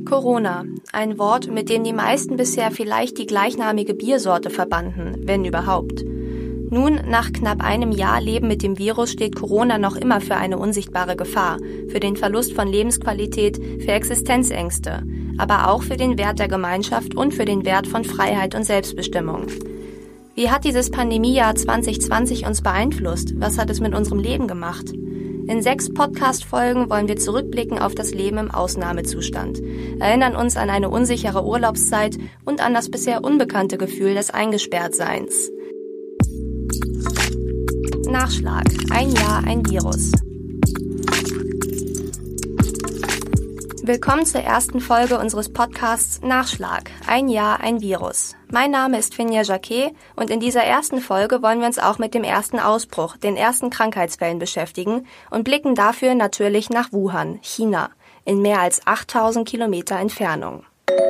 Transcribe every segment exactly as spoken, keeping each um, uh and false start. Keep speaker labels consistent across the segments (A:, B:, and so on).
A: Corona, ein Wort, mit dem die meisten bisher vielleicht die gleichnamige Biersorte verbanden, wenn überhaupt. Nun, nach knapp einem Jahr Leben mit dem Virus steht Corona noch immer für eine unsichtbare Gefahr, für den Verlust von Lebensqualität, für Existenzängste, aber auch für den Wert der Gemeinschaft und für den Wert von Freiheit und Selbstbestimmung. Wie hat dieses Pandemiejahr zwanzig zwanzig uns beeinflusst? Was hat es mit unserem Leben gemacht? In sechs Podcast-Folgen wollen wir zurückblicken auf das Leben im Ausnahmezustand, erinnern uns an eine unsichere Urlaubszeit und an das bisher unbekannte Gefühl des Eingesperrtseins. Nachschlag. Ein Jahr, ein Virus. Willkommen zur ersten Folge unseres Podcasts Nachschlag. Ein Jahr, ein Virus. Mein Name ist Finja Jacquet und in dieser ersten Folge wollen wir uns auch mit dem ersten Ausbruch, den ersten Krankheitsfällen beschäftigen und blicken dafür natürlich nach Wuhan, China, in mehr als achttausend Kilometer Entfernung.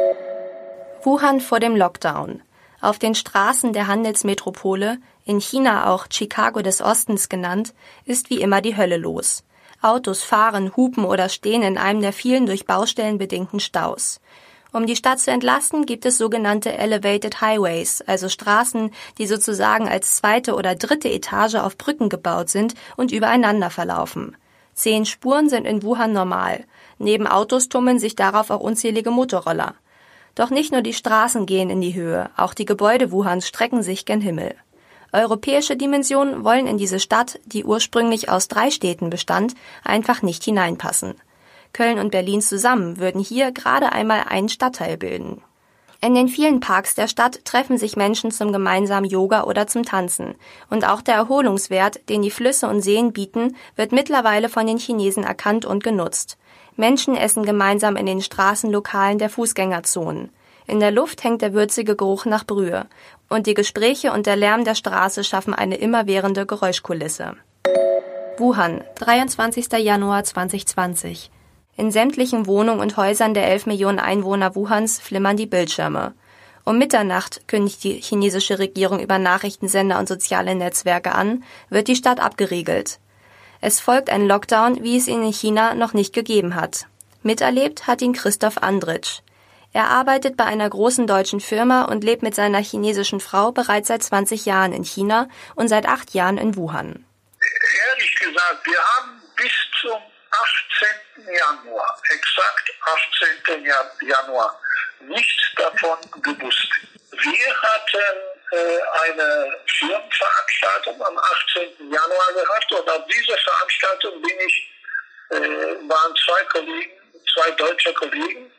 A: Wuhan vor dem Lockdown. Auf den Straßen der Handelsmetropole, in China auch Chicago des Ostens genannt, ist wie immer die Hölle los. Autos fahren, hupen oder stehen in einem der vielen durch Baustellen bedingten Staus. Um die Stadt zu entlasten, gibt es sogenannte Elevated Highways, also Straßen, die sozusagen als zweite oder dritte Etage auf Brücken gebaut sind und übereinander verlaufen. Zehn Spuren sind in Wuhan normal. Neben Autos tummeln sich darauf auch unzählige Motorroller. Doch nicht nur die Straßen gehen in die Höhe, auch die Gebäude Wuhans strecken sich gen Himmel. Europäische Dimensionen wollen in diese Stadt, die ursprünglich aus drei Städten bestand, einfach nicht hineinpassen. Köln und Berlin zusammen würden hier gerade einmal einen Stadtteil bilden. In den vielen Parks der Stadt treffen sich Menschen zum gemeinsamen Yoga oder zum Tanzen. Und auch der Erholungswert, den die Flüsse und Seen bieten, wird mittlerweile von den Chinesen erkannt und genutzt. Menschen essen gemeinsam in den Straßenlokalen der Fußgängerzonen. In der Luft hängt der würzige Geruch nach Brühe. Und die Gespräche und der Lärm der Straße schaffen eine immerwährende Geräuschkulisse. Wuhan, dreiundzwanzigster Januar zweitausendzwanzig. In sämtlichen Wohnungen und Häusern der elf Millionen Einwohner Wuhans flimmern die Bildschirme. Um Mitternacht, kündigt die chinesische Regierung über Nachrichtensender und soziale Netzwerke an, wird die Stadt abgeriegelt. Es folgt ein Lockdown, wie es ihn in China noch nicht gegeben hat. Miterlebt hat ihn Christoph Andritsch. Er arbeitet bei einer großen deutschen Firma und lebt mit seiner chinesischen Frau bereits seit zwanzig Jahren in China und seit acht Jahren in Wuhan.
B: Ehrlich gesagt, wir haben bis zum achtzehnten Januar, exakt achtzehnten Januar, nichts davon gewusst. Wir hatten äh, eine Firmenveranstaltung am achtzehnten Januar gehabt und auf dieser Veranstaltung bin ich, äh, waren zwei Kollegen, zwei deutsche Kollegen,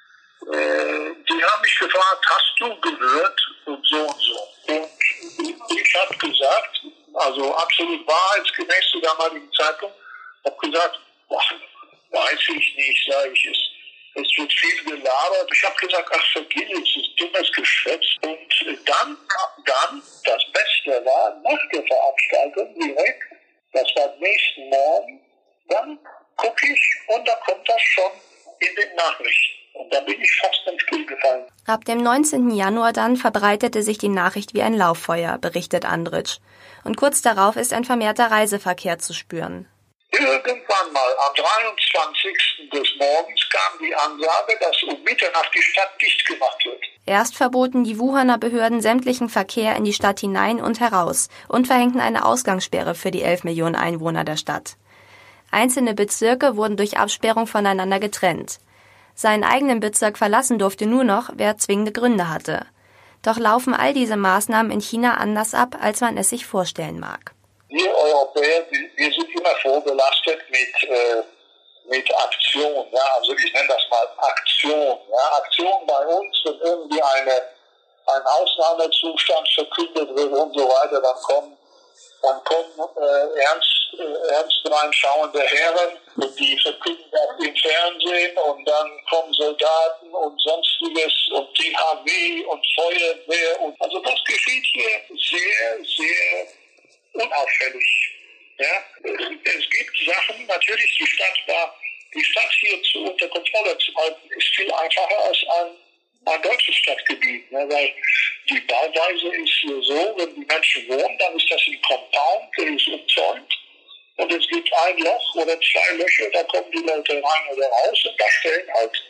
B: äh, die haben mich gefragt, hast du gehört und so und so. Und ich habe gesagt, also absolut wahrheitsgemäß zu damaligen Zeitpunkt, habe gesagt, boah, weiß ich nicht, sage ich es. Es wird viel gelabert. Ich habe gesagt, ach, vergiss es, es ist dummes Geschwätz. Und dann, dann, das Beste war, nach der Veranstaltung direkt, das war nächsten Morgen, dann gucke ich und da kommt das schon in den Nachrichten. Und da bin ich fast im Stuhl gefallen.
A: Ab dem neunzehnten Januar dann verbreitete sich die Nachricht wie ein Lauffeuer, berichtet Andritsch. Und kurz darauf ist ein vermehrter Reiseverkehr zu spüren.
B: Irgendwann mal am dreiundzwanzigsten des Morgens kam die Ansage, dass um Mitternacht die Stadt dicht gemacht wird.
A: Erst verboten die Wuhaner Behörden sämtlichen Verkehr in die Stadt hinein und heraus und verhängten eine Ausgangssperre für die elf Millionen Einwohner der Stadt. Einzelne Bezirke wurden durch Absperrung voneinander getrennt. Seinen eigenen Bezirk verlassen durfte nur noch, wer zwingende Gründe hatte. Doch laufen all diese Maßnahmen in China anders ab, als man es sich vorstellen mag.
B: Wir Europäer, wir sind immer vorbelastet mit, äh, mit Aktion. Ja? Also ich nenne das mal Aktion. Ja? Aktion bei uns, wenn irgendwie eine, ein Ausnahmezustand verkündet wird und so weiter, dann kommen, dann kommen äh, ernst, äh, ernst reinschauende Herren, die verkünden das im Fernsehen und dann kommen Soldaten und sonstiges und T H W und Feuerwehr. Und, also das geschieht hier sehr, sehr unauffällig. Ja? Es gibt Sachen, natürlich die Stadt war, die Stadt hier zu, unter Kontrolle zu halten, ist viel einfacher als ein, ein deutsches Stadtgebiet. Ne? Weil die Bauweise ist hier so, wenn die Menschen wohnen, dann ist das ein Compound, der ist umzäunt. Und es gibt ein Loch oder zwei Löcher, da kommen die Leute rein oder raus und da stellen halt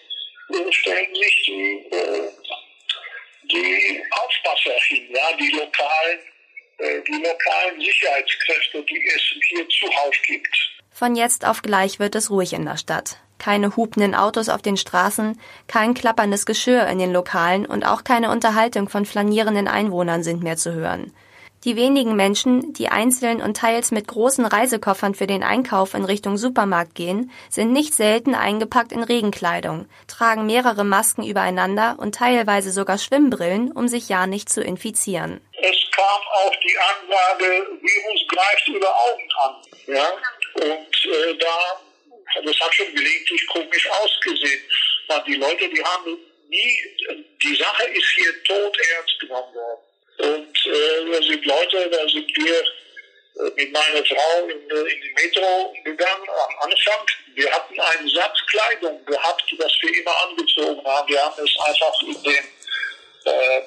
B: äh, stellen sich die, äh, die Aufpasser hin, ja, die lokalen, äh, die lokalen Sicherheitskräfte, die es hier zuhauf gibt.
A: Von jetzt auf gleich wird es ruhig in der Stadt. Keine hupenden Autos auf den Straßen, kein klapperndes Geschirr in den Lokalen und auch keine Unterhaltung von flanierenden Einwohnern sind mehr zu hören. Die wenigen Menschen, die einzeln und teils mit großen Reisekoffern für den Einkauf in Richtung Supermarkt gehen, sind nicht selten eingepackt in Regenkleidung, tragen mehrere Masken übereinander und teilweise sogar Schwimmbrillen, um sich ja nicht zu infizieren.
B: Es kam auch die Ansage, Virus greift über Augen an. Ja? Und äh, da, das hat schon gelegentlich komisch ausgesehen. Weil die Leute, die haben nie, die Sache ist hier todernst genommen worden. Und äh, da sind Leute, da sind wir äh, mit meiner Frau in, in die Metro gegangen am Anfang. Wir hatten einen Satz Kleidung gehabt, das wir immer angezogen haben. Wir haben es einfach in den, äh,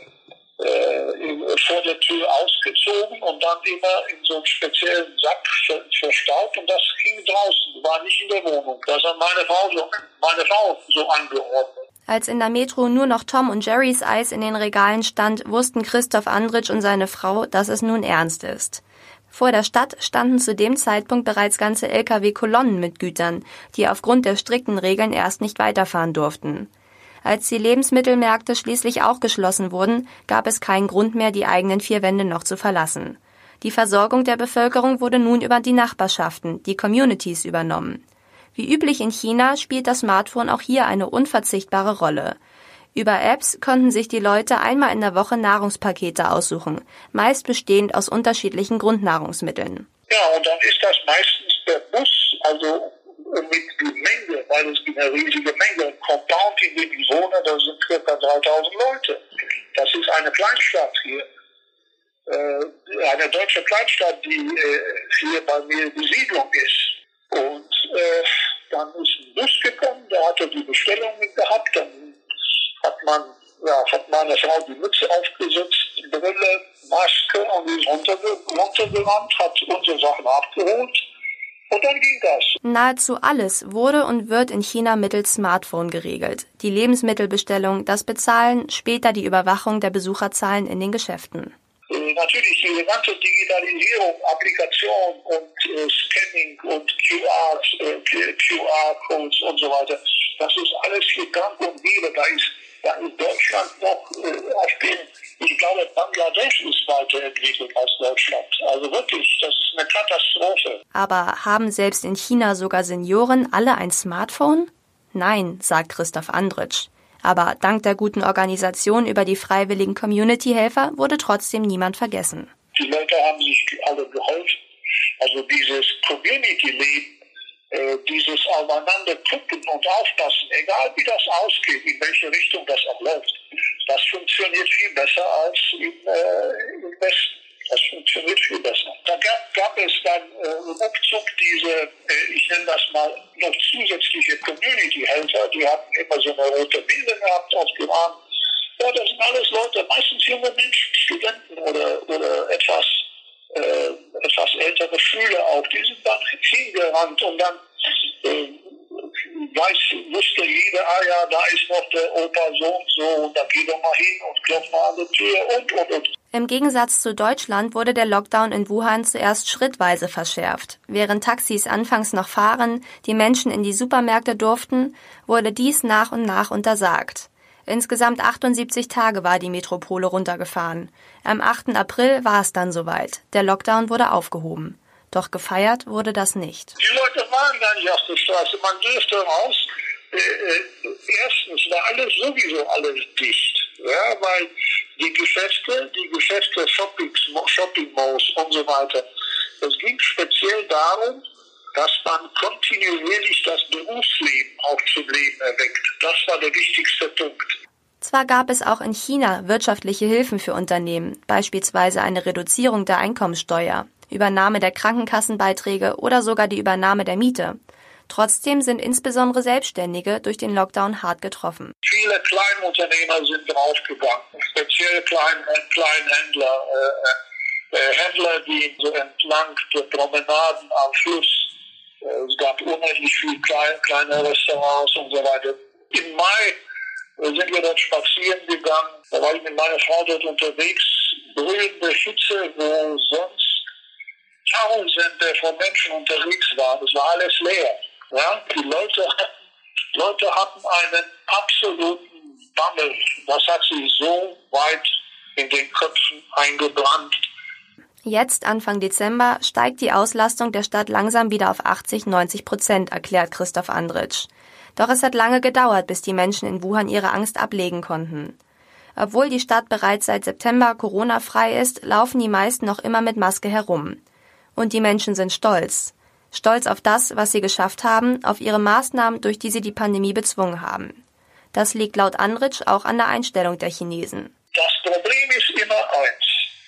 B: äh, vor der Tür ausgezogen und dann immer in so einem speziellen Sack ver, verstaut. Und das ging draußen, war nicht in der Wohnung. Das hat meine Frau so, meine Frau so angeordnet.
A: Als in der Metro nur noch Tom und Jerry's Eis in den Regalen stand, wussten Christoph Andritsch und seine Frau, dass es nun ernst ist. Vor der Stadt standen zu dem Zeitpunkt bereits ganze L K W-Kolonnen mit Gütern, die aufgrund der strikten Regeln erst nicht weiterfahren durften. Als die Lebensmittelmärkte schließlich auch geschlossen wurden, gab es keinen Grund mehr, die eigenen vier Wände noch zu verlassen. Die Versorgung der Bevölkerung wurde nun über die Nachbarschaften, die Communities, übernommen. Wie üblich in China spielt das Smartphone auch hier eine unverzichtbare Rolle. Über Apps konnten sich die Leute einmal in der Woche Nahrungspakete aussuchen, meist bestehend aus unterschiedlichen Grundnahrungsmitteln.
B: Ja, und dann ist das meistens der Bus, also mit der Menge, weil es gibt eine riesige Menge. Ein Compound, in dem ich wohne, da sind ca. dreitausend Leute. Das ist eine Kleinstadt hier. Äh, eine deutsche Kleinstadt, die äh, hier bei mir Besiedlung ist. Und äh, dann ist ein Bus gekommen, der hatte die Bestellung gehabt, dann hat man, ja, hat meine Frau die Mütze aufgesetzt, Brille, Maske und ist runtergerannt, hat unsere Sachen abgeholt und dann ging das.
A: Nahezu alles wurde und wird in China mittels Smartphone geregelt. Die Lebensmittelbestellung, das Bezahlen, später die Überwachung der Besucherzahlen in den Geschäften.
B: Natürlich diese ganze Digitalisierung, Applikation und äh, Scanning und Q R-Codes und so weiter, das ist alles hier gang und gäbe. Da ist, da ist Deutschland noch äh, auf dem, ich glaube, Bangladesch ist weiterentwickelt als Deutschland. Also wirklich, das ist eine Katastrophe.
A: Aber haben selbst in China sogar Senioren alle ein Smartphone? Nein, sagt Christoph Andritsch. Aber dank der guten Organisation über die freiwilligen Community-Helfer wurde trotzdem niemand vergessen.
B: Die Leute haben sich alle geholfen. Also dieses Community-Leben, äh, dieses Aufeinander gucken und aufpassen, egal wie das ausgeht, in welche Richtung das auch läuft, das funktioniert viel besser als im, äh, im Westen. Das funktioniert viel besser. Da gab, gab es dann äh, ruckzuck diese, äh, ich nenne das mal, noch zusätzliche Community-Helfer, die hatten immer so eine rote Binde gehabt auf dem Arm. Ja, das sind alles Leute, meistens junge Menschen, Studenten oder, oder etwas, äh, etwas ältere Schüler auch. Die sind dann hingerannt und dann äh, weiß, wusste jeder, ah ja, da ist noch der Opa so und so, und da geh doch mal hin und klopf mal an die Tür und, und, und.
A: Im Gegensatz zu Deutschland wurde der Lockdown in Wuhan zuerst schrittweise verschärft. Während Taxis anfangs noch fahren, die Menschen in die Supermärkte durften, wurde dies nach und nach untersagt. Insgesamt achtundsiebzig Tage war die Metropole runtergefahren. Am achten April war es dann soweit. Der Lockdown wurde aufgehoben. Doch gefeiert wurde das nicht.
B: Die Leute waren gar nicht auf der Straße. Man durfte raus. Äh, äh, erstens war alles sowieso alles dicht. Ja, weil die Geschäfte, die Geschäfte, Shopping, Shopping Malls und so weiter, es ging speziell darum, dass man kontinuierlich das Berufsleben auch zum Leben erweckt. Das war der wichtigste Punkt.
A: Zwar gab es auch in China wirtschaftliche Hilfen für Unternehmen, beispielsweise eine Reduzierung der Einkommensteuer, Übernahme der Krankenkassenbeiträge oder sogar die Übernahme der Miete. Trotzdem sind insbesondere Selbstständige durch den Lockdown hart getroffen.
B: Viele Kleinunternehmer sind draufgegangen, speziell Klein, Kleinhändler, äh, äh, Händler, die so entlang der Promenaden am Fluss, äh, es gab unheimlich viele klein, kleine Restaurants und so weiter. Im Mai sind wir dort spazieren gegangen. Da war ich mit meiner Frau dort unterwegs. Brühende Hitze, wo sonst Tausende von Menschen unterwegs waren. Es war alles leer. Ja? Die Leute hatten, Leute hatten einen absoluten Bammel. Das hat sich so weit in den Köpfen eingebrannt.
A: Jetzt, Anfang Dezember, steigt die Auslastung der Stadt langsam wieder auf achtzig, neunzig Prozent, erklärt Christoph Andritsch. Doch es hat lange gedauert, bis die Menschen in Wuhan ihre Angst ablegen konnten. Obwohl die Stadt bereits seit September Corona-frei ist, laufen die meisten noch immer mit Maske herum. Und die Menschen sind stolz. Stolz auf das, was sie geschafft haben, auf ihre Maßnahmen, durch die sie die Pandemie bezwungen haben. Das liegt laut Andritsch auch an der Einstellung der Chinesen.
B: Das Problem ist immer eins.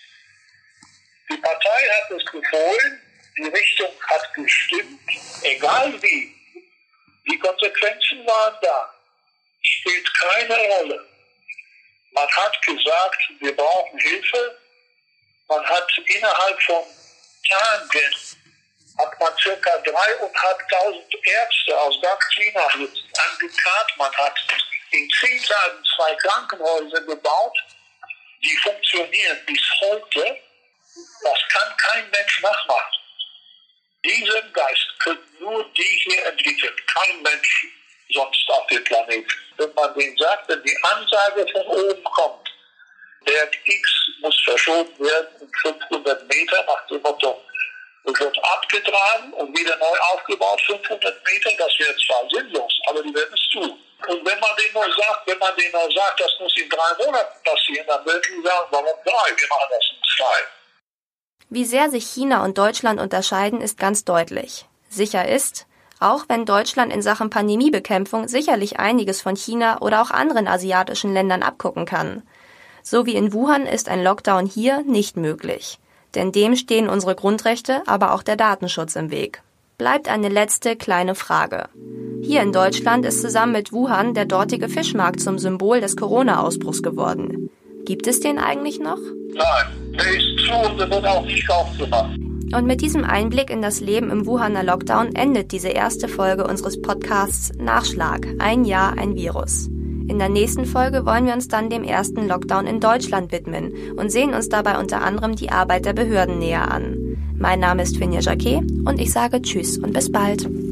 B: Die Partei hat es befohlen, die Richtung hat gestimmt, egal wie. Die Konsequenzen waren da. Spielt keine Rolle. Man hat gesagt, wir brauchen Hilfe. Man hat innerhalb von Tagen hat man circa dreieinhalbtausend Ärzte aus ganz China angekarrt. Man hat in zehn Tagen zwei Krankenhäuser gebaut, die funktionieren bis heute. Das kann kein Mensch nachmachen. Diesen Geist können nur die hier entwickeln. Kein Mensch sonst auf dem Planeten. Wenn man denen sagt, wenn die Ansage von oben kommt, Berg X muss verschoben werden um fünfhundert Meter nach dem Motto, es wird abgetragen und wieder neu aufgebaut, fünfhundert Meter, das wäre zwar sinnlos, aber die werden es tun. Und wenn man denen nur sagt, wenn man denen nur sagt, das muss in drei Monaten passieren, dann würden die sagen, warum drei? Wir machen das in zwei.
A: Wie sehr sich China und Deutschland unterscheiden, ist ganz deutlich. Sicher ist, auch wenn Deutschland in Sachen Pandemiebekämpfung sicherlich einiges von China oder auch anderen asiatischen Ländern abgucken kann. So wie in Wuhan ist ein Lockdown hier nicht möglich. Denn dem stehen unsere Grundrechte, aber auch der Datenschutz im Weg. Bleibt eine letzte kleine Frage. Hier in Deutschland ist zusammen mit Wuhan der dortige Fischmarkt zum Symbol des Corona-Ausbruchs geworden. Gibt es den eigentlich noch?
B: Nein, der ist zu und der wird auch nicht aufgemacht.
A: Und mit diesem Einblick in das Leben im Wuhaner Lockdown endet diese erste Folge unseres Podcasts Nachschlag. Ein Jahr, ein Virus. In der nächsten Folge wollen wir uns dann dem ersten Lockdown in Deutschland widmen und sehen uns dabei unter anderem die Arbeit der Behörden näher an. Mein Name ist Finja Jacquet und ich sage Tschüss und bis bald.